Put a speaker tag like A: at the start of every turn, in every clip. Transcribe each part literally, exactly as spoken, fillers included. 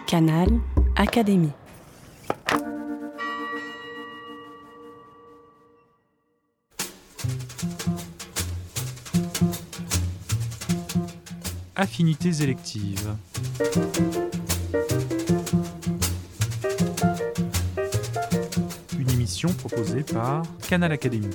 A: Canal Académie.
B: Affinités électives. Une émission proposée par Canal Académie.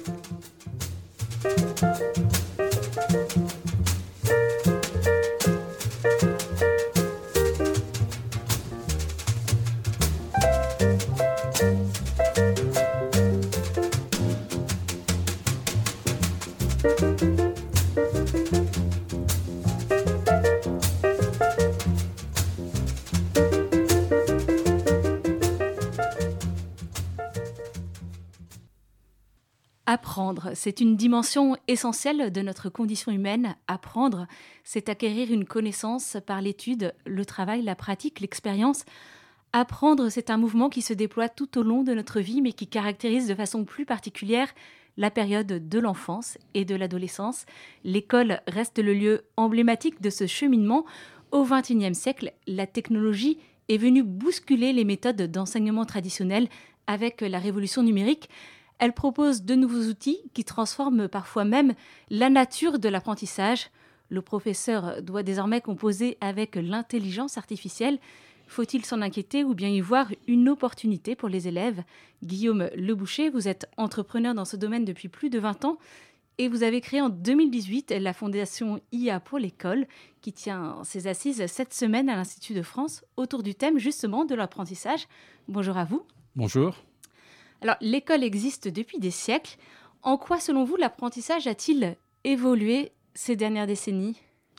C: Apprendre, c'est une dimension essentielle de notre condition humaine. Apprendre, c'est acquérir une connaissance par l'étude, le travail, la pratique, l'expérience. Apprendre, c'est un mouvement qui se déploie tout au long de notre vie, mais qui caractérise de façon plus particulière la période de l'enfance et de l'adolescence. L'école reste le lieu emblématique de ce cheminement. Au vingt et unième siècle, la technologie est venue bousculer les méthodes d'enseignement traditionnelles avec la révolution numérique. Elle propose de nouveaux outils qui transforment parfois même la nature de l'apprentissage. Le professeur doit désormais composer avec l'intelligence artificielle. Faut-il s'en inquiéter ou bien y voir une opportunité pour les élèves ? Guillaume Leboucher, vous êtes entrepreneur dans ce domaine depuis plus de vingt ans et vous avez créé en deux mille dix-huit la fondation I A pour l'école qui tient ses assises cette semaine à l'Institut de France autour du thème justement de l'apprentissage. Bonjour à vous.
D: Bonjour.
C: Alors, l'école existe depuis des siècles. En quoi, selon vous, l'apprentissage a-t-il évolué ces dernières décennies ?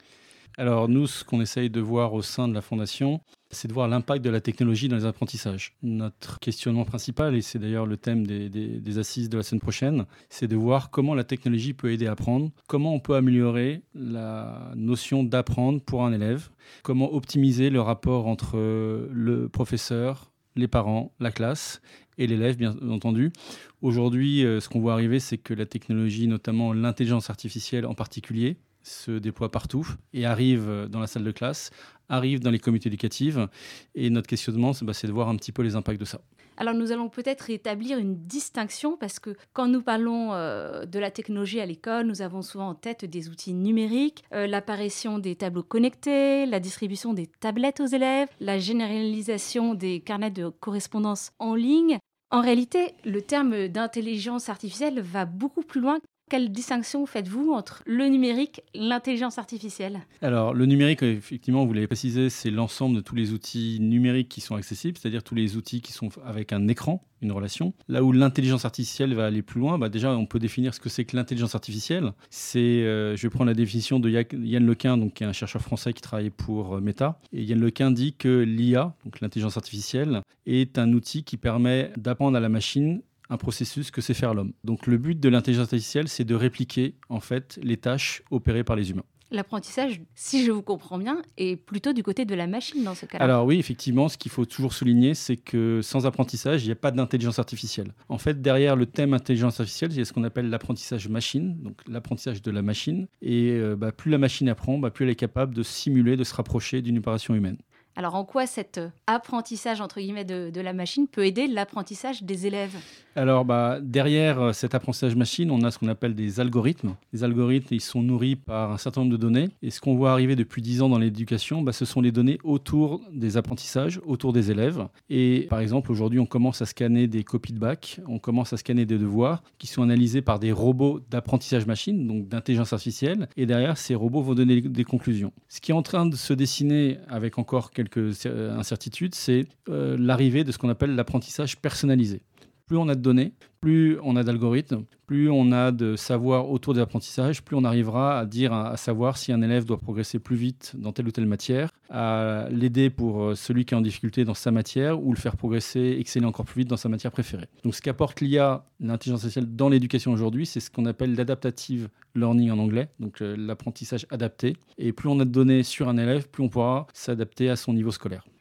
D: Alors, nous, ce qu'on essaye de voir au sein de la Fondation, c'est de voir l'impact de la technologie dans les apprentissages. Notre questionnement principal, et c'est d'ailleurs le thème des, des, des assises de la semaine prochaine, c'est de voir comment la technologie peut aider à apprendre, comment on peut améliorer la notion d'apprendre pour un élève, comment optimiser le rapport entre le professeur, les parents, la classe et l'élève, bien entendu. Aujourd'hui, euh, ce qu'on voit arriver, c'est que la technologie, notamment l'intelligence artificielle en particulier, se déploie partout et arrive dans la salle de classe, arrive dans les communautés éducatives. Et notre questionnement, c'est, bah, c'est de voir un petit peu les impacts de ça.
C: Alors nous allons peut-être établir une distinction parce que quand nous parlons euh, de la technologie à l'école, nous avons souvent en tête des outils numériques, euh, l'apparition des tableaux connectés, la distribution des tablettes aux élèves, la généralisation des carnets de correspondance en ligne. En réalité, le terme d'intelligence artificielle va beaucoup plus loin. Quelle distinction faites-vous entre le numérique et l'intelligence artificielle ?
D: Alors, le numérique, effectivement, vous l'avez précisé, c'est l'ensemble de tous les outils numériques qui sont accessibles, c'est-à-dire tous les outils qui sont avec un écran, une relation. Là où l'intelligence artificielle va aller plus loin, bah déjà, on peut définir ce que c'est que l'intelligence artificielle. C'est, euh, je vais prendre la définition de Yann Lequin, donc, qui est un chercheur français qui travaille pour Meta. Et Yann Lequin dit que l'I A, donc l'intelligence artificielle, est un outil qui permet d'apprendre à la machine un processus que sait faire l'homme. Donc le but de l'intelligence artificielle, c'est de répliquer en fait les tâches opérées par les humains.
C: L'apprentissage, si je vous comprends bien, est plutôt du côté de la machine dans ce cas-là.
D: Alors oui, effectivement, ce qu'il faut toujours souligner, c'est que sans apprentissage, il n'y a pas d'intelligence artificielle. En fait, derrière le thème intelligence artificielle, il y a ce qu'on appelle l'apprentissage machine, donc l'apprentissage de la machine. Et euh, bah, plus la machine apprend, bah, plus elle est capable de simuler, de se rapprocher d'une opération humaine.
C: Alors, en quoi cet apprentissage, entre guillemets, de, de la machine peut aider l'apprentissage des élèves ?
D: Alors, bah, derrière cet apprentissage machine, on a ce qu'on appelle des algorithmes. Les algorithmes, ils sont nourris par un certain nombre de données. Et ce qu'on voit arriver depuis dix ans dans l'éducation, bah, ce sont les données autour des apprentissages, autour des élèves. Et par exemple, aujourd'hui, on commence à scanner des copies de bac, on commence à scanner des devoirs qui sont analysés par des robots d'apprentissage machine, donc d'intelligence artificielle. Et derrière, ces robots vont donner des conclusions. Ce qui est en train de se dessiner avec encore quelques quelques incertitudes, c'est euh, l'arrivée de ce qu'on appelle l'apprentissage personnalisé. Plus on a de données, plus on a d'algorithmes, plus on a de savoir autour des apprentissages, plus on arrivera à dire, à, à savoir si un élève doit progresser plus vite dans telle ou telle matière, à l'aider pour celui qui est en difficulté dans sa matière ou le faire progresser, exceller encore plus vite dans sa matière préférée. Donc ce qu'apporte l'I A, l'intelligence artificielle dans l'éducation aujourd'hui, c'est ce qu'on appelle l'adaptative learning en anglais, donc euh, l'apprentissage adapté. Et plus on a de données sur un élève, plus on pourra s'adapter à son niveau scolaire.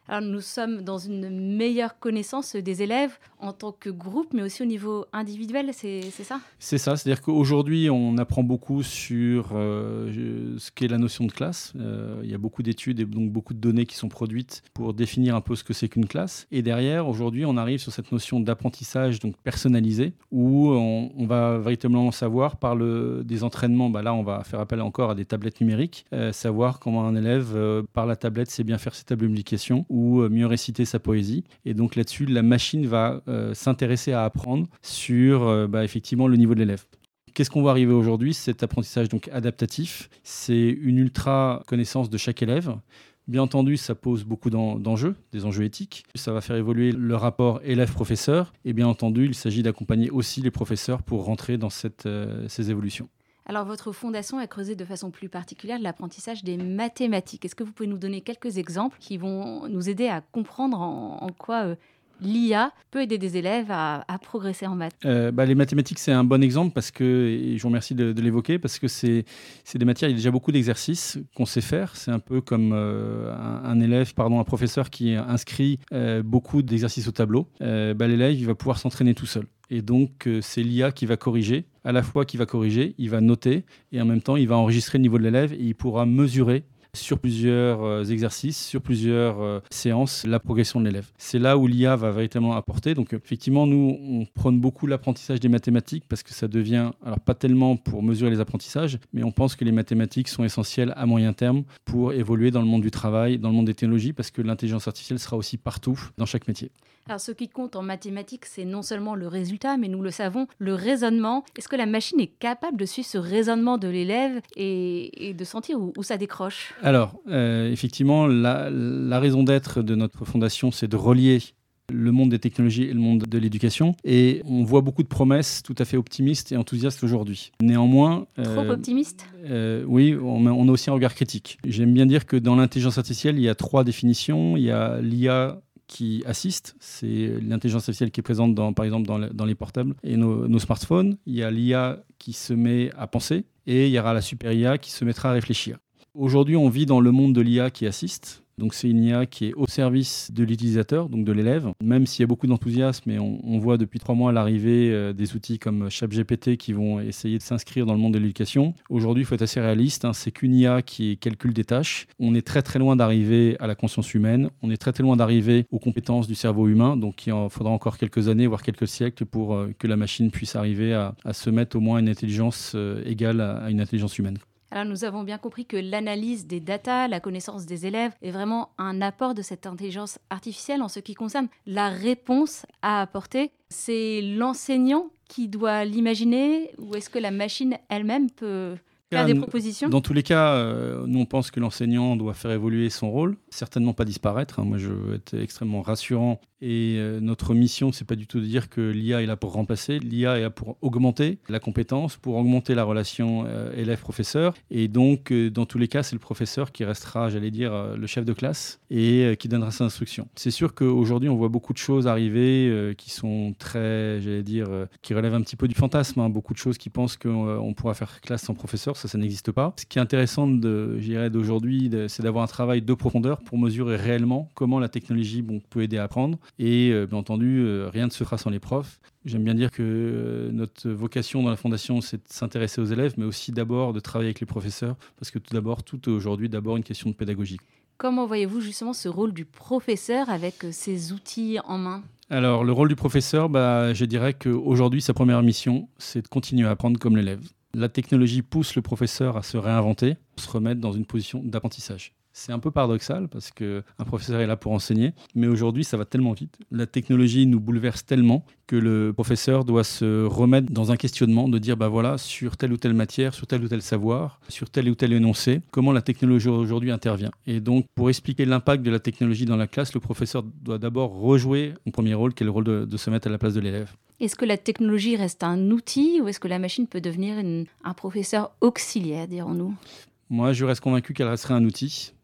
C: Alors nous sommes dans une meilleure connaissance des élèves en tant que groupe, mais aussi au niveau individuel, c'est, c'est ça ?
D: C'est ça, c'est-à-dire qu'aujourd'hui, on apprend beaucoup sur euh, ce qu'est la notion de classe. Euh, il y a beaucoup d'études et donc beaucoup de données qui sont produites pour définir un peu ce que c'est qu'une classe. Et derrière, aujourd'hui, on arrive sur cette notion d'apprentissage donc personnalisé, où on, on va véritablement savoir par le, des entraînements, bah là, on va faire appel encore à des tablettes numériques, euh, savoir comment un élève, euh, par la tablette, sait bien faire ses tables de multiplication ou euh, mieux réciter sa poésie. Et donc là-dessus, la machine va euh, s'intéresser à apprendre sur euh, bah, effectivement le niveau de l'élève. Qu'est-ce qu'on va arriver aujourd'hui ? Cet apprentissage donc adaptatif, c'est une ultra connaissance de chaque élève. Bien entendu, ça pose beaucoup d'en- d'enjeux, des enjeux éthiques. Ça va faire évoluer le rapport élève-professeur. Et bien entendu, il s'agit d'accompagner aussi les professeurs pour rentrer dans cette, euh, ces évolutions.
C: Alors, votre fondation a creusé de façon plus particulière l'apprentissage des mathématiques. Est-ce que vous pouvez nous donner quelques exemples qui vont nous aider à comprendre en, en quoi euh, l'I A peut aider des élèves à, à progresser en maths ?
D: Euh, bah, les mathématiques, c'est un bon exemple parce que, et je vous remercie de, de l'évoquer, parce que c'est, c'est des matières, il y a déjà beaucoup d'exercices qu'on sait faire. C'est un peu comme euh, un, un élève, pardon, un professeur qui inscrit euh, beaucoup d'exercices au tableau. Euh, bah, l'élève, il va pouvoir s'entraîner tout seul. Et donc, euh, c'est l'I A qui va corriger, à la fois qui va corriger, il va noter, et en même temps, il va enregistrer le niveau de l'élève et il pourra mesurer sur plusieurs euh, exercices, sur plusieurs euh, séances, la progression de l'élève. C'est là où l'I A va véritablement apporter. Donc effectivement, nous, on prône beaucoup l'apprentissage des mathématiques parce que ça devient, alors pas tellement pour mesurer les apprentissages, mais on pense que les mathématiques sont essentielles à moyen terme pour évoluer dans le monde du travail, dans le monde des technologies, parce que l'intelligence artificielle sera aussi partout, dans chaque métier.
C: Alors, ce qui compte en mathématiques, c'est non seulement le résultat, mais nous le savons, le raisonnement. Est-ce que la machine est capable de suivre ce raisonnement de l'élève et, et de sentir où, où ça décroche ?
D: Alors, euh, effectivement, la, la raison d'être de notre fondation, c'est de relier le monde des technologies et le monde de l'éducation. Et on voit beaucoup de promesses tout à fait optimistes et enthousiastes aujourd'hui. Néanmoins...
C: Trop
D: euh,
C: optimiste ?
D: euh, Oui, on a, on a aussi un regard critique. J'aime bien dire que dans l'intelligence artificielle, il y a trois définitions. Il y a l'I A qui assiste, c'est l'intelligence artificielle qui est présente dans, par exemple dans, le, dans les portables et nos, nos smartphones. Il y a l'I A qui se met à penser et il y aura la super I A qui se mettra à réfléchir. Aujourd'hui, on vit dans le monde de l'I A qui assiste. Donc, c'est une I A qui est au service de l'utilisateur, donc de l'élève. Même s'il y a beaucoup d'enthousiasme, et on, on voit depuis trois mois l'arrivée euh, des outils comme ChatGPT qui vont essayer de s'inscrire dans le monde de l'éducation. Aujourd'hui, il faut être assez réaliste. Hein, c'est qu'une I A qui calcule des tâches. On est très très loin d'arriver à la conscience humaine. On est très très loin d'arriver aux compétences du cerveau humain. Donc, il en faudra encore quelques années, voire quelques siècles, pour euh, que la machine puisse arriver à, à se mettre au moins une intelligence euh, égale à, à une intelligence humaine.
C: Alors nous avons bien compris que l'analyse des datas, la connaissance des élèves est vraiment un apport de cette intelligence artificielle en ce qui concerne la réponse à apporter. C'est l'enseignant qui doit l'imaginer ou est-ce que la machine elle-même peut faire des propositions ?
D: Dans tous les cas, euh, nous on pense que l'enseignant doit faire évoluer son rôle, certainement pas disparaître. Hein. Moi je veux être extrêmement rassurant et euh, notre mission c'est pas du tout de dire que l'I A est là pour remplacer, l'I A est là pour augmenter la compétence, pour augmenter la relation euh, élève-professeur et donc euh, dans tous les cas c'est le professeur qui restera, j'allais dire, euh, le chef de classe et euh, qui donnera ses instructions. C'est sûr qu'aujourd'hui on voit beaucoup de choses arriver euh, qui sont très, j'allais dire, euh, qui relèvent un petit peu du fantasme, hein. Beaucoup de choses qui pensent qu'on euh, pourra faire classe sans professeur. Ça, ça n'existe pas. Ce qui est intéressant de, je dirais, d'aujourd'hui, de, c'est d'avoir un travail de profondeur pour mesurer réellement comment la technologie bon, peut aider à apprendre. Et euh, bien entendu, euh, rien ne se fera sans les profs. J'aime bien dire que euh, notre vocation dans la Fondation, c'est de s'intéresser aux élèves, mais aussi d'abord de travailler avec les professeurs, parce que tout d'abord, tout est aujourd'hui d'abord une question de pédagogie.
C: Comment voyez-vous justement ce rôle du professeur avec ces outils en main ?
D: Alors, le rôle du professeur, bah, je dirais qu'aujourd'hui, sa première mission, c'est de continuer à apprendre comme l'élève. La technologie pousse le professeur à se réinventer, se remettre dans une position d'apprentissage. C'est un peu paradoxal parce qu'un professeur est là pour enseigner, mais aujourd'hui ça va tellement vite. La technologie nous bouleverse tellement que le professeur doit se remettre dans un questionnement, de dire bah voilà, sur telle ou telle matière, sur tel ou tel savoir, sur tel ou tel énoncé, comment la technologie aujourd'hui intervient. Et donc pour expliquer l'impact de la technologie dans la classe, le professeur doit d'abord rejouer son premier rôle, qui est le rôle de, de se mettre à la place de l'élève.
C: Est-ce que la technologie reste un outil ou est-ce que la machine peut devenir une, un professeur auxiliaire, dirons-nous ?
D: Moi, je reste convaincu qu'elle resterait un outil.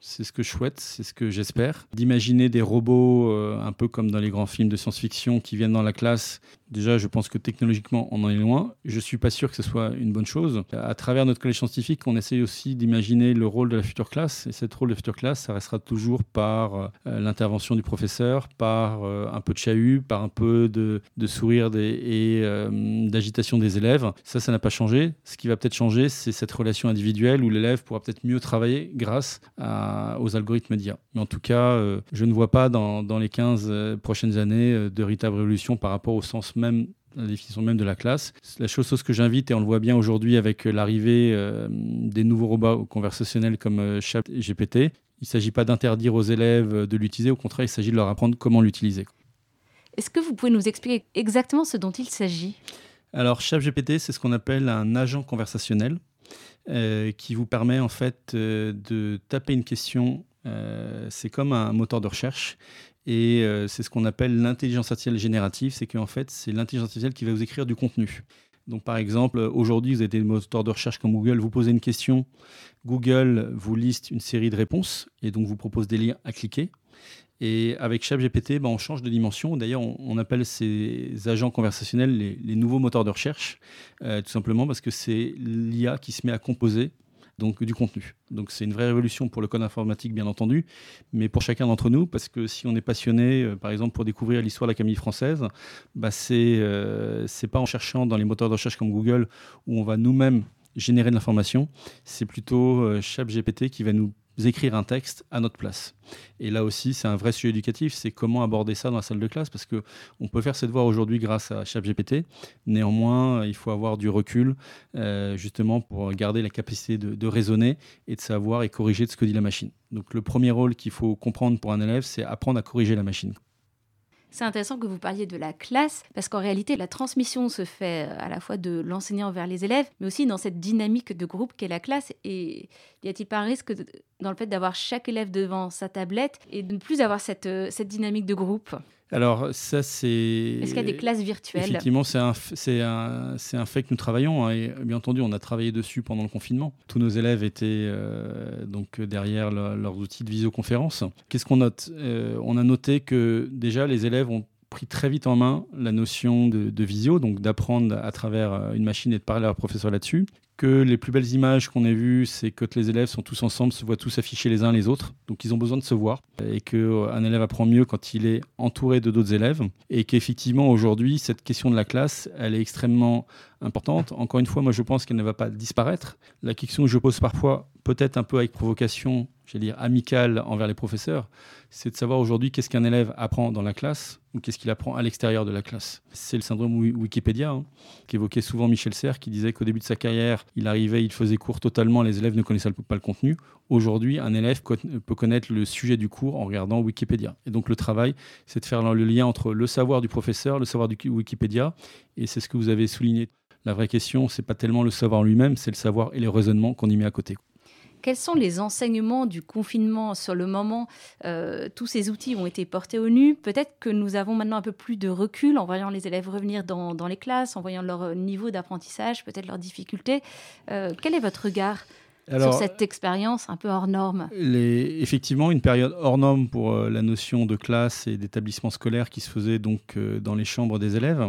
D: C'est ce que je souhaite, c'est ce que j'espère. D'imaginer des robots euh, un peu comme dans les grands films de science-fiction qui viennent dans la classe. Déjà, je pense que technologiquement, on en est loin. Je ne suis pas sûr que ce soit une bonne chose. À travers notre collège scientifique, on essaye aussi d'imaginer le rôle de la future classe. Et cette rôle de la future classe, ça restera toujours par euh, l'intervention du professeur, par euh, un peu de chahut, par un peu de, de sourire des, et euh, d'agitation des élèves. Ça, ça n'a pas changé. Ce qui va peut-être changer, c'est cette relation individuelle où l'élève pourra peut-être mieux travailler grâce à, aux algorithmes d'I A. Mais en tout cas, euh, je ne vois pas dans, dans les quinze euh, prochaines années euh, de véritable révolution par rapport au sens même, la définition même de la classe. La chose, chose que j'invite, et on le voit bien aujourd'hui avec l'arrivée euh, des nouveaux robots conversationnels comme euh, ChatGPT, il ne s'agit pas d'interdire aux élèves de l'utiliser, au contraire, il s'agit de leur apprendre comment l'utiliser.
C: Est-ce que vous pouvez nous expliquer exactement ce dont il s'agit ?
D: Alors, ChatGPT, c'est ce qu'on appelle un agent conversationnel euh, qui vous permet en fait euh, de taper une question. Euh, c'est comme un moteur de recherche. Et euh, c'est ce qu'on appelle l'intelligence artificielle générative, c'est qu'en fait, c'est l'intelligence artificielle qui va vous écrire du contenu. Donc par exemple, aujourd'hui, vous avez des moteurs de recherche comme Google, vous posez une question, Google vous liste une série de réponses et donc vous propose des liens à cliquer. Et avec ChatGPT, ben, on change de dimension. D'ailleurs, on, on appelle ces agents conversationnels les, les nouveaux moteurs de recherche, euh, tout simplement parce que c'est l'I A qui se met à composer donc du contenu. Donc c'est une vraie révolution pour le code informatique, bien entendu, mais pour chacun d'entre nous, parce que si on est passionné, euh, par exemple, pour découvrir l'histoire de la Comédie Française, bah, c'est euh, c'est pas en cherchant dans les moteurs de recherche comme Google où on va nous-mêmes générer de l'information, c'est plutôt euh, ChatGPT qui va nous écrire un texte à notre place. Et là aussi, c'est un vrai sujet éducatif, c'est comment aborder ça dans la salle de classe, parce qu'on peut faire ses devoirs aujourd'hui grâce à ChatGPT. Néanmoins, il faut avoir du recul, euh, justement, pour garder la capacité de, de raisonner et de savoir et corriger de ce que dit la machine. Donc le premier rôle qu'il faut comprendre pour un élève, c'est apprendre à corriger la machine.
C: C'est intéressant que vous parliez de la classe, parce qu'en réalité, la transmission se fait à la fois de l'enseignant vers les élèves, mais aussi dans cette dynamique de groupe qu'est la classe. Et y a-t-il pas un risque de, dans le fait d'avoir chaque élève devant sa tablette et de ne plus avoir cette, cette dynamique de groupe ?
D: Alors ça, c'est...
C: Est-ce qu'il y a des classes virtuelles ?
D: Effectivement, c'est un, c'est, un, c'est un fait que nous travaillons. Hein, et bien entendu, on a travaillé dessus pendant le confinement. Tous nos élèves étaient euh, donc derrière le, leurs outils de visioconférence. Qu'est-ce qu'on note ? euh, On a noté que déjà, les élèves ont pris très vite en main la notion de, de visio, donc d'apprendre à travers une machine et de parler à leur professeur là-dessus. Que les plus belles images qu'on ait vues, c'est que les élèves sont tous ensemble, se voient tous afficher les uns les autres. Donc ils ont besoin de se voir. Et qu'un élève apprend mieux quand il est entouré de d'autres élèves. Et qu'effectivement, aujourd'hui, cette question de la classe, elle est extrêmement importante. Encore une fois, moi, je pense qu'elle ne va pas disparaître. La question que je pose parfois, peut-être un peu avec provocation, j'allais dire amicale envers les professeurs, c'est de savoir aujourd'hui qu'est-ce qu'un élève apprend dans la classe ou qu'est-ce qu'il apprend à l'extérieur de la classe. C'est le syndrome Wikipédia, hein, qu'évoquait souvent Michel Serres, qui disait qu'au début de sa carrière, il arrivait, il faisait cours totalement, les élèves ne connaissaient pas le contenu. Aujourd'hui, un élève peut connaître le sujet du cours en regardant Wikipédia. Et donc le travail, c'est de faire le lien entre le savoir du professeur, le savoir du Wikipédia, et c'est ce que vous avez souligné. La vraie question, c'est pas tellement le savoir lui-même, c'est le savoir et les raisonnements qu'on y met à côté.
C: Quels sont les enseignements du confinement sur le moment ? euh, Tous ces outils ont été portés au nu. Peut-être que nous avons maintenant un peu plus de recul en voyant les élèves revenir dans, dans les classes, en voyant leur niveau d'apprentissage, peut-être leurs difficultés. Euh, quel est votre regard Alors, sur cette expérience un peu hors norme ?
D: les, Effectivement, une période hors norme pour euh, la notion de classe et d'établissement scolaire qui se faisait donc euh, dans les chambres des élèves.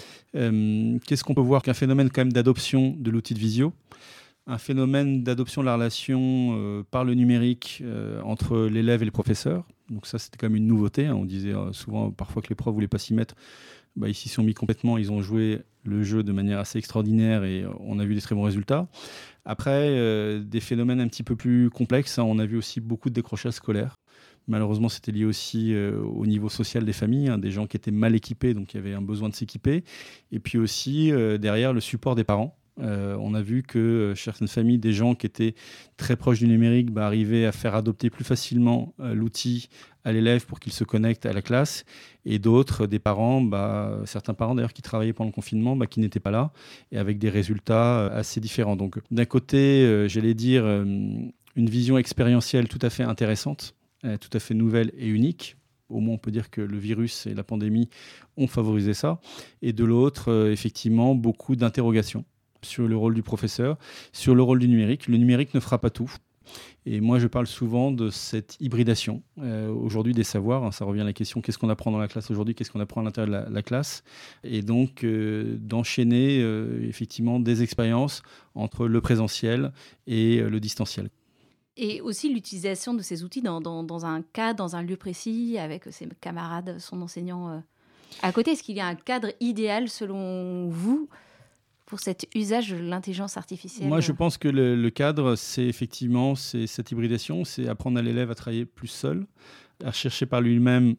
D: Euh, qu'est-ce qu'on peut voir qu'un phénomène quand même d'adoption de l'outil de visio, un phénomène d'adoption de la relation euh, par le numérique euh, entre l'élève et le professeur. Donc ça, c'était quand même une nouveauté. Hein. On disait euh, souvent parfois que les profs ne voulaient pas s'y mettre. Bah, ils s'y sont mis complètement. Ils ont joué le jeu de manière assez extraordinaire et on a vu des très bons résultats. Après, euh, des phénomènes un petit peu plus complexes. Hein. On a vu aussi beaucoup de décrochages scolaires. Malheureusement, c'était lié aussi euh, au niveau social des familles, hein, des gens qui étaient mal équipés, donc il y avait un besoin de s'équiper. Et puis aussi, euh, derrière, le support des parents. Euh, on a vu que euh, certaines familles, des gens qui étaient très proches du numérique, bah, arrivaient à faire adopter plus facilement euh, l'outil à l'élève pour qu'il se connecte à la classe. Et d'autres, des parents, bah, certains parents d'ailleurs qui travaillaient pendant le confinement, bah, qui n'étaient pas là, et avec des résultats euh, assez différents. Donc d'un côté, euh, j'allais dire, euh, une vision expérientielle tout à fait intéressante, tout à fait nouvelle et unique. Au moins, on peut dire que le virus et la pandémie ont favorisé ça. Et de l'autre, euh, effectivement, beaucoup d'interrogations sur le rôle du professeur, sur le rôle du numérique. Le numérique ne fera pas tout. Et moi, je parle souvent de cette hybridation euh, aujourd'hui des savoirs. Hein, ça revient à la question qu'est-ce qu'on apprend dans la classe aujourd'hui, qu'est-ce qu'on apprend à l'intérieur de la, la classe. Et donc, euh, d'enchaîner euh, effectivement des expériences entre le présentiel et euh, le distanciel.
C: Et aussi l'utilisation de ces outils dans, dans, dans un cadre, dans un lieu précis, avec ses camarades, son enseignant euh, à côté. Est-ce qu'il y a un cadre idéal, selon vous, pour cet usage de l'intelligence artificielle?
D: Moi, je pense que le, le cadre, c'est effectivement c'est cette hybridation, c'est apprendre à l'élève à travailler plus seul, à chercher par lui-même,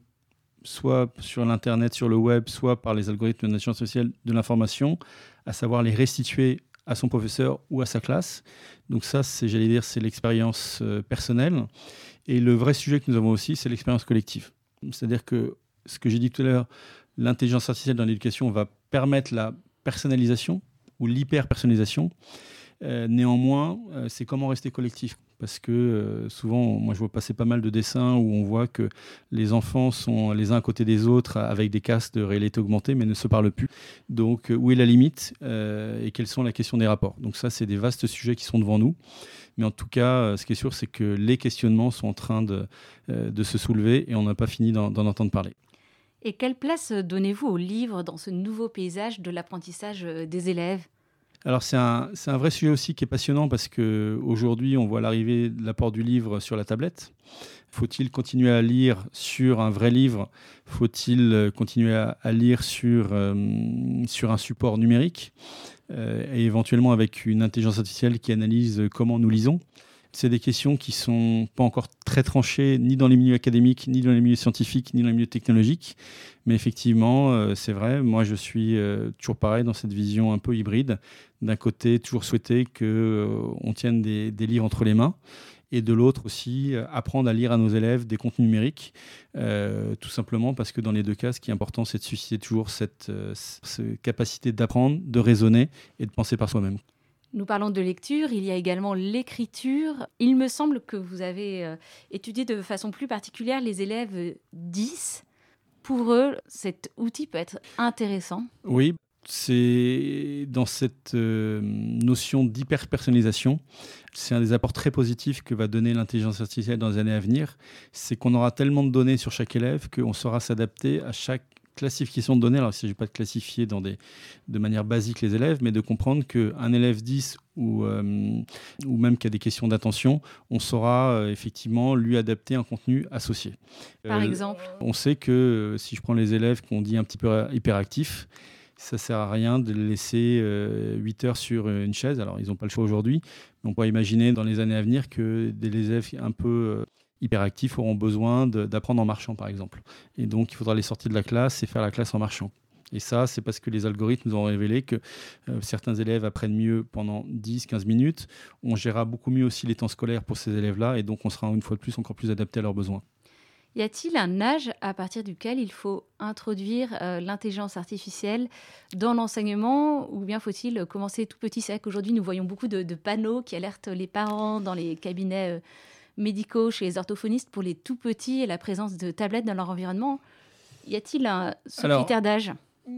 D: soit sur l'Internet, sur le web, soit par les algorithmes de l'intelligence artificielle de l'information, à savoir les restituer à son professeur ou à sa classe. Donc ça, c'est, j'allais dire, c'est l'expérience euh, personnelle. Et le vrai sujet que nous avons aussi, c'est l'expérience collective. C'est-à-dire que, ce que j'ai dit tout à l'heure, l'intelligence artificielle dans l'éducation va permettre la personnalisation ou l'hyper-personnalisation. Euh, néanmoins, euh, c'est comment rester collectif. Parce que euh, souvent, moi je vois passer pas mal de dessins où on voit que les enfants sont les uns à côté des autres avec des casques de réalité augmentée mais ne se parlent plus. Donc euh, où est la limite euh, et quelles sont la question des rapports? Donc ça, c'est des vastes sujets qui sont devant nous. Mais en tout cas, euh, ce qui est sûr, c'est que les questionnements sont en train de, euh, de se soulever et on n'a pas fini d'en, d'en entendre parler.
C: Et quelle place donnez-vous au livre dans ce nouveau paysage de l'apprentissage des élèves?
D: Alors c'est un, c'est un vrai sujet aussi qui est passionnant parce qu'aujourd'hui on voit l'arrivée de l'apport du livre sur la tablette. Faut-il continuer à lire sur un vrai livre? Faut-il continuer à, à lire sur, euh, sur un support numérique euh, et éventuellement avec une intelligence artificielle qui analyse comment nous lisons? C'est des questions qui ne sont pas encore très tranchées, ni dans les milieux académiques, ni dans les milieux scientifiques, ni dans les milieux technologiques. Mais effectivement, euh, c'est vrai, moi je suis euh, toujours pareil dans cette vision un peu hybride. D'un côté, toujours souhaiter qu'on euh, tienne des, des livres entre les mains. Et de l'autre aussi, euh, apprendre à lire à nos élèves des contenus numériques. Euh, tout simplement parce que dans les deux cas, ce qui est important, c'est de susciter toujours cette, euh, cette capacité d'apprendre, de raisonner et de penser par soi-même.
C: Nous parlons de lecture, il y a également l'écriture. Il me semble que vous avez euh, étudié de façon plus particulière les élèves dix. Pour eux, cet outil peut être intéressant.
D: Oui, c'est dans cette euh, notion d'hyper-personnalisation. C'est un des apports très positifs que va donner l'intelligence artificielle dans les années à venir. C'est qu'on aura tellement de données sur chaque élève qu'on saura s'adapter à chaque classification de données. Alors, il ne s'agit pas de classifier dans des, de manière basique les élèves, mais de comprendre qu'un élève dix ou, euh, ou même qui a des questions d'attention, on saura euh, effectivement lui adapter un contenu associé.
C: Par
D: euh,
C: exemple
D: On sait que euh, si je prends les élèves qu'on dit un petit peu hyperactifs, ça ne sert à rien de les laisser euh, huit heures sur une chaise. Alors, ils n'ont pas le choix aujourd'hui, mais on pourrait imaginer dans les années à venir que des élèves un peu... Euh, hyperactifs auront besoin de, d'apprendre en marchant, par exemple. Et donc, il faudra les sortir de la classe et faire la classe en marchant. Et ça, c'est parce que les algorithmes nous ont révélé que euh, certains élèves apprennent mieux pendant dix à quinze minutes. On gérera beaucoup mieux aussi les temps scolaires pour ces élèves-là et donc on sera une fois de plus encore plus adapté à leurs besoins.
C: Y a-t-il un âge à partir duquel il faut introduire euh, l'intelligence artificielle dans l'enseignement ou bien faut-il commencer tout petit? C'est vrai qu'aujourd'hui, nous voyons beaucoup de, de panneaux qui alertent les parents dans les cabinets euh, médicaux, chez les orthophonistes pour les tout petits et la présence de tablettes dans leur environnement. Y a-t-il un critère d'âge?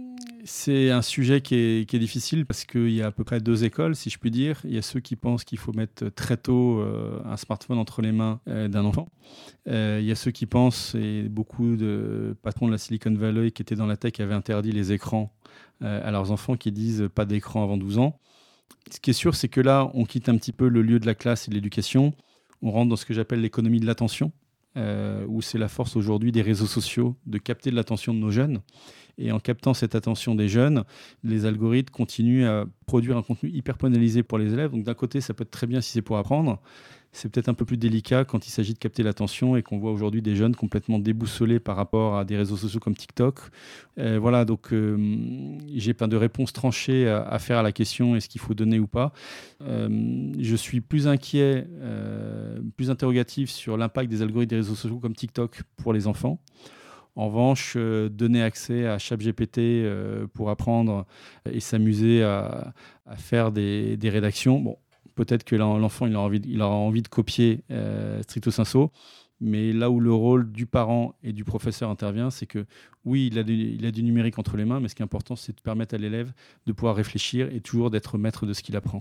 D: C'est un sujet qui est, qui est difficile parce qu'il y a à peu près deux écoles, si je puis dire. Il y a ceux qui pensent qu'il faut mettre très tôt euh, un smartphone entre les mains euh, d'un enfant. Euh, il y a ceux qui pensent, et beaucoup de patrons de la Silicon Valley qui étaient dans la tech avaient interdit les écrans euh, à leurs enfants, qui disent pas d'écran avant douze ans. Ce qui est sûr, c'est que là, on quitte un petit peu le lieu de la classe et de l'éducation. On rentre dans ce que j'appelle l'économie de l'attention, euh, où c'est la force aujourd'hui des réseaux sociaux de capter de l'attention de nos jeunes. Et en captant cette attention des jeunes, les algorithmes continuent à produire un contenu hyper personnalisé pour les élèves. Donc d'un côté, ça peut être très bien si c'est pour apprendre. C'est peut-être un peu plus délicat quand il s'agit de capter l'attention et qu'on voit aujourd'hui des jeunes complètement déboussolés par rapport à des réseaux sociaux comme TikTok. Euh, voilà, donc euh, j'ai plein de réponses tranchées à, à faire à la question est-ce qu'il faut donner ou pas. Euh, je suis plus inquiet, euh, plus interrogatif sur l'impact des algorithmes des réseaux sociaux comme TikTok pour les enfants. En revanche, euh, donner accès à ChatGPT euh, pour apprendre et s'amuser à, à faire des, des rédactions, bon, peut-être que l'enfant il aura envie de, il aura envie de copier euh, stricto sensu, mais là où le rôle du parent et du professeur intervient, c'est que oui, il a, du, il a du numérique entre les mains, mais ce qui est important, c'est de permettre à l'élève de pouvoir réfléchir et toujours d'être maître de ce qu'il apprend.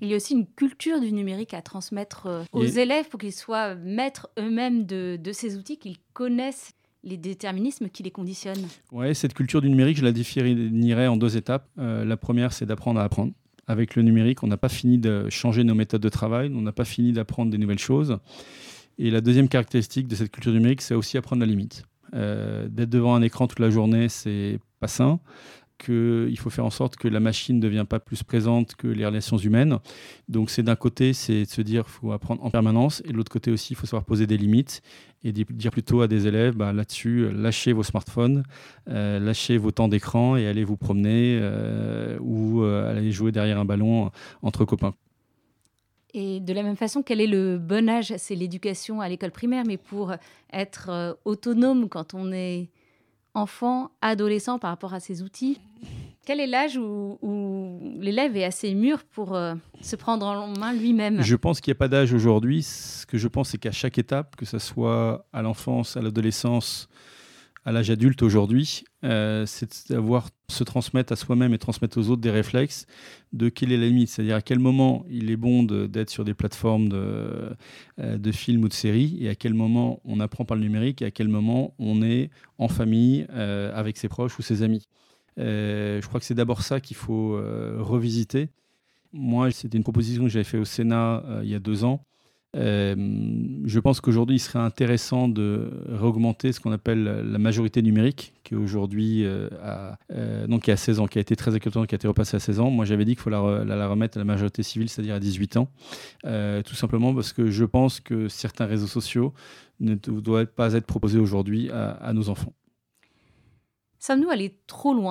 C: Il y a aussi une culture du numérique à transmettre euh, aux
D: Et...
C: élèves pour qu'ils soient maîtres eux-mêmes de, de ces outils, qu'ils connaissent les déterminismes qui les conditionnent.
D: Oui, cette culture du numérique, je la définirais en deux étapes. Euh, la première, c'est d'apprendre à apprendre. Avec le numérique, on n'a pas fini de changer nos méthodes de travail, on n'a pas fini d'apprendre des nouvelles choses. Et la deuxième caractéristique de cette culture numérique, c'est aussi apprendre la limite. Euh, d'être devant un écran toute la journée, c'est pas sain. Qu'il faut faire en sorte que la machine ne devienne pas plus présente que les relations humaines. Donc c'est d'un côté, c'est de se dire qu'il faut apprendre en permanence, et de l'autre côté aussi, il faut savoir poser des limites et dire plutôt à des élèves, bah, là-dessus, lâchez vos smartphones, euh, lâchez vos temps d'écran et allez vous promener euh, ou euh, allez jouer derrière un ballon entre copains.
C: Et de la même façon, quel est le bon âge ? C'est l'éducation à l'école primaire, mais pour être euh, autonome quand on est enfant, adolescent par rapport à ces outils, quel est l'âge où, où l'élève est assez mûr pour euh, se prendre en main lui-même ?
D: Je pense qu'il n'y a pas d'âge aujourd'hui. Ce que je pense, c'est qu'à chaque étape, que ce soit à l'enfance, à l'adolescence, à l'âge adulte aujourd'hui, euh, c'est d'avoir se transmettre à soi-même et transmettre aux autres des réflexes de quelle est la limite, c'est-à-dire à quel moment il est bon de, d'être sur des plateformes de, euh, de films ou de séries, et à quel moment on apprend par le numérique, et à quel moment on est en famille euh, avec ses proches ou ses amis. Euh, je crois que c'est d'abord ça qu'il faut euh, revisiter. Moi, c'était une proposition que j'avais faite au Sénat euh, il y a deux ans. Euh, je pense qu'aujourd'hui, il serait intéressant de réaugmenter ce qu'on appelle la majorité numérique, qui est aujourd'hui euh, à, euh, donc qui est à seize ans, qui a été très accueillante, qui a été repassée à seize ans. Moi, j'avais dit qu'il faut la, la, la remettre à la majorité civile, c'est-à-dire à dix-huit ans, euh, tout simplement parce que je pense que certains réseaux sociaux ne doivent pas être proposés aujourd'hui à, à nos enfants.
C: Sommes-nous allés trop loin ?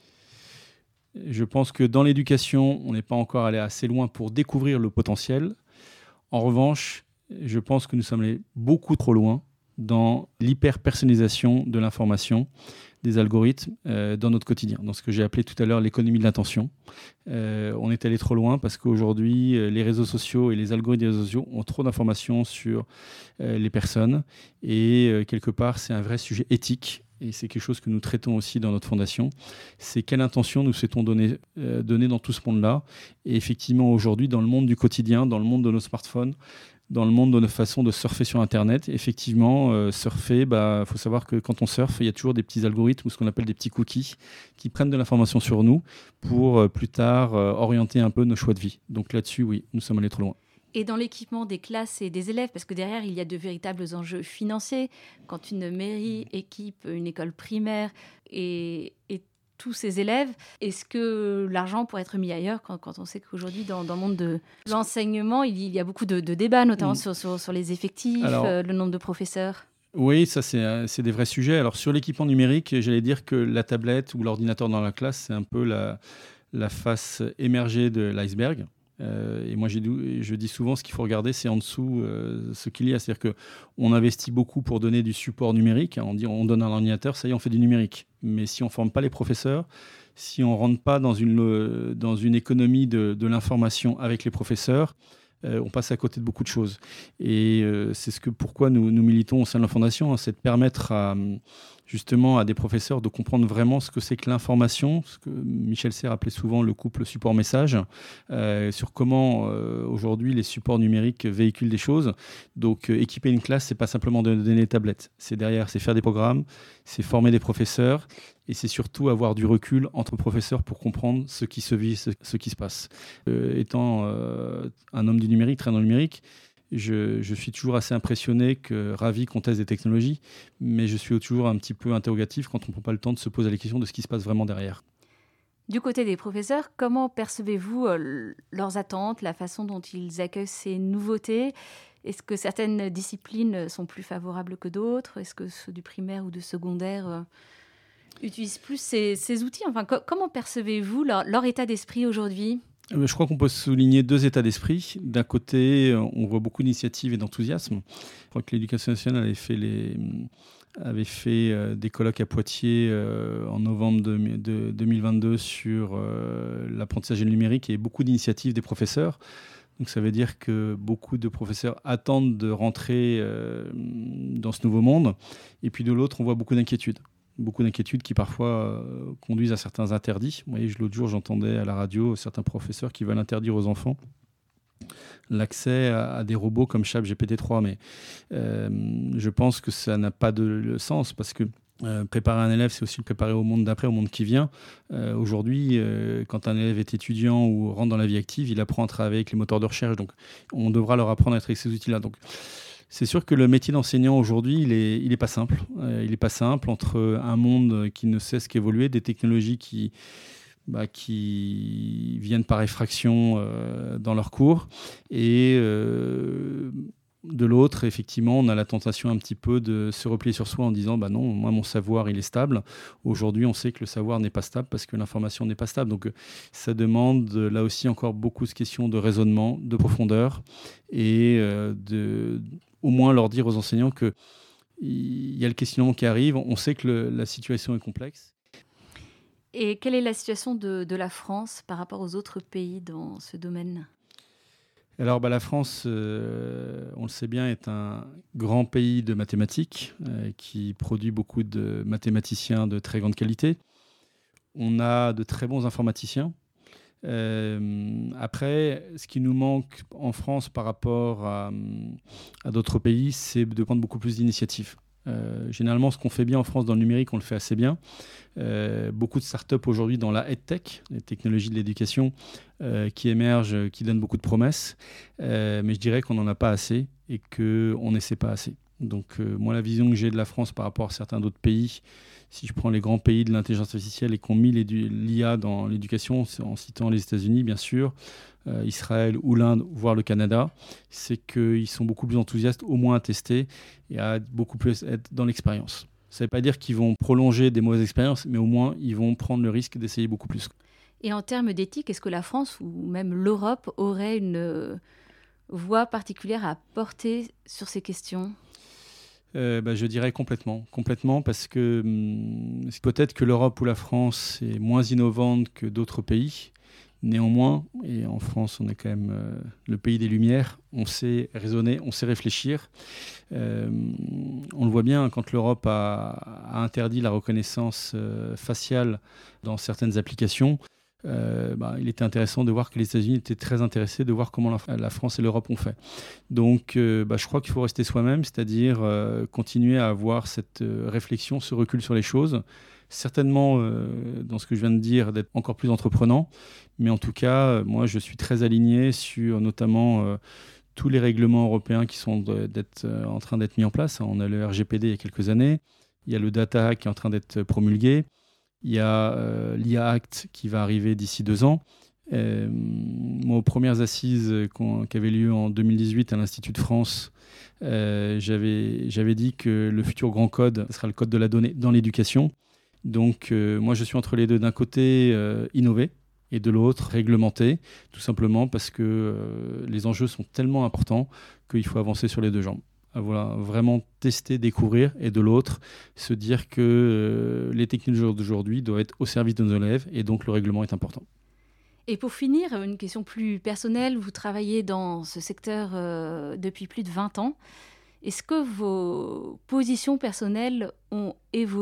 D: Je pense que dans l'éducation, on n'est pas encore allé assez loin pour découvrir le potentiel. En revanche, je pense que nous sommes allés beaucoup trop loin dans l'hyper-personnalisation de l'information, des algorithmes euh, dans notre quotidien, dans ce que j'ai appelé tout à l'heure l'économie de l'attention. Euh, on est allé trop loin parce qu'aujourd'hui, les réseaux sociaux et les algorithmes des réseaux sociaux ont trop d'informations sur euh, les personnes, et euh, quelque part, c'est un vrai sujet éthique. Et c'est quelque chose que nous traitons aussi dans notre fondation, c'est quelle intention nous souhaitons donner, euh, donner dans tout ce monde-là. Et effectivement, aujourd'hui, dans le monde du quotidien, dans le monde de nos smartphones, dans le monde de notre façon de surfer sur Internet, effectivement, euh, surfer, bah, faut savoir que quand on surfe, il y a toujours des petits algorithmes, ou ce qu'on appelle des petits cookies, qui prennent de l'information sur nous pour euh, plus tard euh, orienter un peu nos choix de vie. Donc là-dessus, oui, nous sommes allés trop loin.
C: Et dans l'équipement des classes et des élèves, parce que derrière, il y a de véritables enjeux financiers. Quand une mairie équipe une école primaire et, et tous ses élèves, est-ce que l'argent pourrait être mis ailleurs quand, quand on sait qu'aujourd'hui, dans, dans le monde de l'enseignement, il y a beaucoup de, de débats, notamment mmh. sur, sur, sur les effectifs, Alors, euh, le nombre de professeurs ?
D: Oui, ça, c'est, c'est des vrais sujets. Alors, sur l'équipement numérique, j'allais dire que la tablette ou l'ordinateur dans la classe, c'est un peu la, la face émergée de l'iceberg. Euh, et moi, j'ai, je dis souvent, ce qu'il faut regarder, c'est en dessous euh, ce qu'il y a. C'est-à-dire qu'on investit beaucoup pour donner du support numérique. On dit, on donne un ordinateur, ça y est, on fait du numérique. Mais si on ne forme pas les professeurs, si on ne rentre pas dans une, dans une économie de, de l'information avec les professeurs, euh, on passe à côté de beaucoup de choses. Et euh, c'est ce que, pourquoi nous, nous militons au sein de la Fondation, hein, c'est de permettre à... justement à des professeurs de comprendre vraiment ce que c'est que l'information, ce que Michel Serres appelait souvent le couple support-message, euh, sur comment euh, aujourd'hui les supports numériques véhiculent des choses. Donc euh, équiper une classe, c'est pas simplement de donner des tablettes, c'est derrière, c'est faire des programmes, c'est former des professeurs, et c'est surtout avoir du recul entre professeurs pour comprendre ce qui se vit, ce, ce qui se passe. Euh, étant euh, un homme du numérique, très dans le numérique, Je, je suis toujours assez impressionné que ravi qu'on teste des technologies, mais je suis toujours un petit peu interrogatif quand on ne prend pas le temps de se poser la question de ce qui se passe vraiment derrière.
C: Du côté des professeurs, comment percevez-vous euh, leurs attentes, la façon dont ils accueillent ces nouveautés ? Est-ce que certaines disciplines sont plus favorables que d'autres ? Est-ce que ceux du primaire ou du secondaire euh, utilisent plus ces, ces outils ? Enfin, co- comment percevez-vous leur, leur état d'esprit aujourd'hui ?
D: Je crois qu'on peut souligner deux états d'esprit. D'un côté, on voit beaucoup d'initiatives et d'enthousiasme. Je crois que l'Éducation nationale avait fait, les, avait fait euh, des colloques à Poitiers euh, en novembre de, de deux mille vingt-deux sur euh, l'apprentissage numérique, et beaucoup d'initiatives des professeurs. Donc ça veut dire que beaucoup de professeurs attendent de rentrer euh, dans ce nouveau monde. Et puis de l'autre, on voit beaucoup d'inquiétudes. beaucoup d'inquiétudes qui parfois euh, conduisent à certains interdits. Vous voyez, l'autre jour, j'entendais à la radio certains professeurs qui veulent interdire aux enfants l'accès à, à des robots comme ChatGPT trois, mais euh, je pense que ça n'a pas de sens parce que Euh, préparer un élève, c'est aussi le préparer au monde d'après, au monde qui vient. Euh, aujourd'hui, euh, quand un élève est étudiant ou rentre dans la vie active, il apprend à travailler avec les moteurs de recherche. Donc, on devra leur apprendre à être avec ces outils-là. Donc, c'est sûr que le métier d'enseignant aujourd'hui, il n'est il est pas simple. Euh, il n'est pas simple entre un monde qui ne cesse qu'évoluer, des technologies qui, bah, qui viennent par effraction euh, dans leurs cours et euh, de l'autre, effectivement, on a la tentation un petit peu de se replier sur soi en disant bah non, moi mon savoir il est stable. Aujourd'hui, on sait que le savoir n'est pas stable parce que l'information n'est pas stable. Donc ça demande là aussi encore beaucoup de questions de raisonnement, de profondeur et euh, de au moins leur dire aux enseignants que il y a le questionnement qui arrive. On sait que le, la situation est complexe.
C: Et quelle est la situation de, de la France par rapport aux autres pays dans ce domaine ?
D: Alors, bah, la France, euh, on le sait bien, est un grand pays de mathématiques euh, qui produit beaucoup de mathématiciens de très grande qualité. On a de très bons informaticiens. Euh, après, ce qui nous manque en France par rapport à, à d'autres pays, c'est de prendre beaucoup plus d'initiatives. Euh, généralement, ce qu'on fait bien en France dans le numérique, on le fait assez bien. Euh, beaucoup de startups aujourd'hui dans la EdTech, les technologies de l'éducation, euh, qui émergent, qui donnent beaucoup de promesses. Euh, mais je dirais qu'on n'en a pas assez et qu'on n'essaie pas assez. Donc, euh, moi, la vision que j'ai de la France par rapport à certains d'autres pays, si je prends les grands pays de l'intelligence artificielle et qu'on mis l'I A dans l'éducation, en citant les États-Unis, bien sûr, euh, Israël ou l'Inde, voire le Canada, c'est qu'ils sont beaucoup plus enthousiastes, au moins à tester et à beaucoup plus être dans l'expérience. Ça ne veut pas dire qu'ils vont prolonger des mauvaises expériences, mais au moins, ils vont prendre le risque d'essayer beaucoup plus.
C: Et en termes d'éthique, est-ce que la France ou même l'Europe aurait une euh, voix particulière à porter sur ces questions ?
D: Euh, bah, je dirais complètement, complètement parce que hum, c'est peut-être que l'Europe ou la France est moins innovante que d'autres pays. Néanmoins, et en France, on est quand même euh, le pays des Lumières, on sait raisonner, on sait réfléchir. Euh, on le voit bien quand l'Europe a, a interdit la reconnaissance euh, faciale dans certaines applications. Euh, bah, il était intéressant de voir que les États-Unis étaient très intéressés de voir comment la, la France et l'Europe ont fait. Donc, euh, bah, je crois qu'il faut rester soi-même, c'est-à-dire euh, continuer à avoir cette euh, réflexion, ce recul sur les choses. Certainement, euh, dans ce que je viens de dire, d'être encore plus entreprenant. Mais en tout cas, euh, moi, je suis très aligné sur notamment euh, tous les règlements européens qui sont de, d'être, euh, en train d'être mis en place. On a le R G P D il y a quelques années. Il y a le Data Act qui est en train d'être promulgué. Il y a euh, l'I A Act qui va arriver d'ici deux ans. Euh, moi, aux premières assises qui avaient lieu en deux mille dix-huit à l'Institut de France, euh, j'avais, j'avais dit que le futur grand code sera le code de la donnée dans l'éducation. Donc, euh, moi, je suis entre les deux. D'un côté, euh, innover, et de l'autre, réglementer, tout simplement parce que euh, les enjeux sont tellement importants qu'il faut avancer sur les deux jambes. Voilà, vraiment tester, découvrir, et de l'autre, se dire que euh, les technologies d'aujourd'hui doivent être au service de nos élèves, et donc le règlement est important.
C: Et pour finir, une question plus personnelle. Vous travaillez dans ce secteur euh, depuis plus de vingt ans. Est-ce que vos positions personnelles ont évolué ?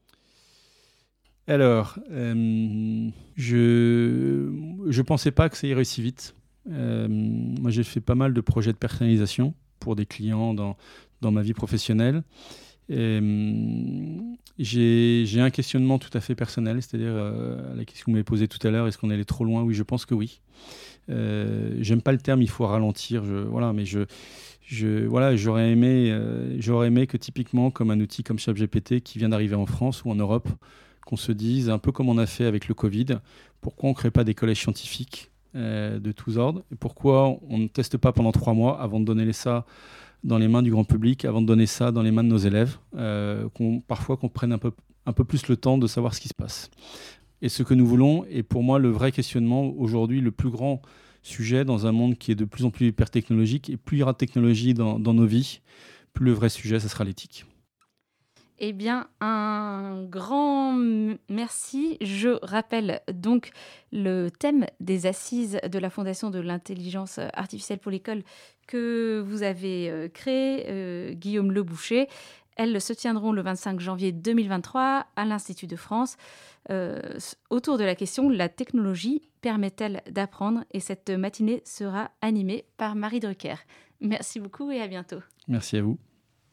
D: Alors, euh, je ne pensais pas que ça irait si vite. Euh, moi, j'ai fait pas mal de projets de personnalisation pour des clients dans, dans ma vie professionnelle. Et, euh, j'ai, j'ai un questionnement tout à fait personnel, c'est-à-dire euh, la question que vous m'avez posée tout à l'heure, est-ce qu'on allait trop loin ? Oui, je pense que oui. Euh, j'aime pas le terme, il faut ralentir, je, voilà, mais je, je, voilà, j'aurais, aimé, euh, j'aurais aimé que typiquement, comme un outil comme ChatGPT qui vient d'arriver en France ou en Europe, qu'on se dise, un peu comme on a fait avec le Covid, pourquoi on ne crée pas des collèges scientifiques euh, de tous ordres ? Et pourquoi on ne teste pas pendant trois mois avant de donner ça dans les mains du grand public, avant de donner ça dans les mains de nos élèves, euh, qu'on, parfois qu'on prenne un peu, un peu plus le temps de savoir ce qui se passe. Et ce que nous voulons est pour moi le vrai questionnement aujourd'hui, le plus grand sujet dans un monde qui est de plus en plus hyper technologique, et plus il y aura de technologie dans, dans nos vies, plus le vrai sujet, ce sera l'éthique.
C: Eh bien, un grand merci. Je rappelle donc le thème des assises de la Fondation de l'intelligence artificielle pour l'école que vous avez créé, euh, Guillaume Leboucher. Elles se tiendront le vingt-cinq janvier deux mille vingt-trois à l'Institut de France euh, autour de la question « La technologie permet-elle d'apprendre ?» Et cette matinée sera animée par Marie Drucker. Merci beaucoup et à bientôt.
D: Merci à vous.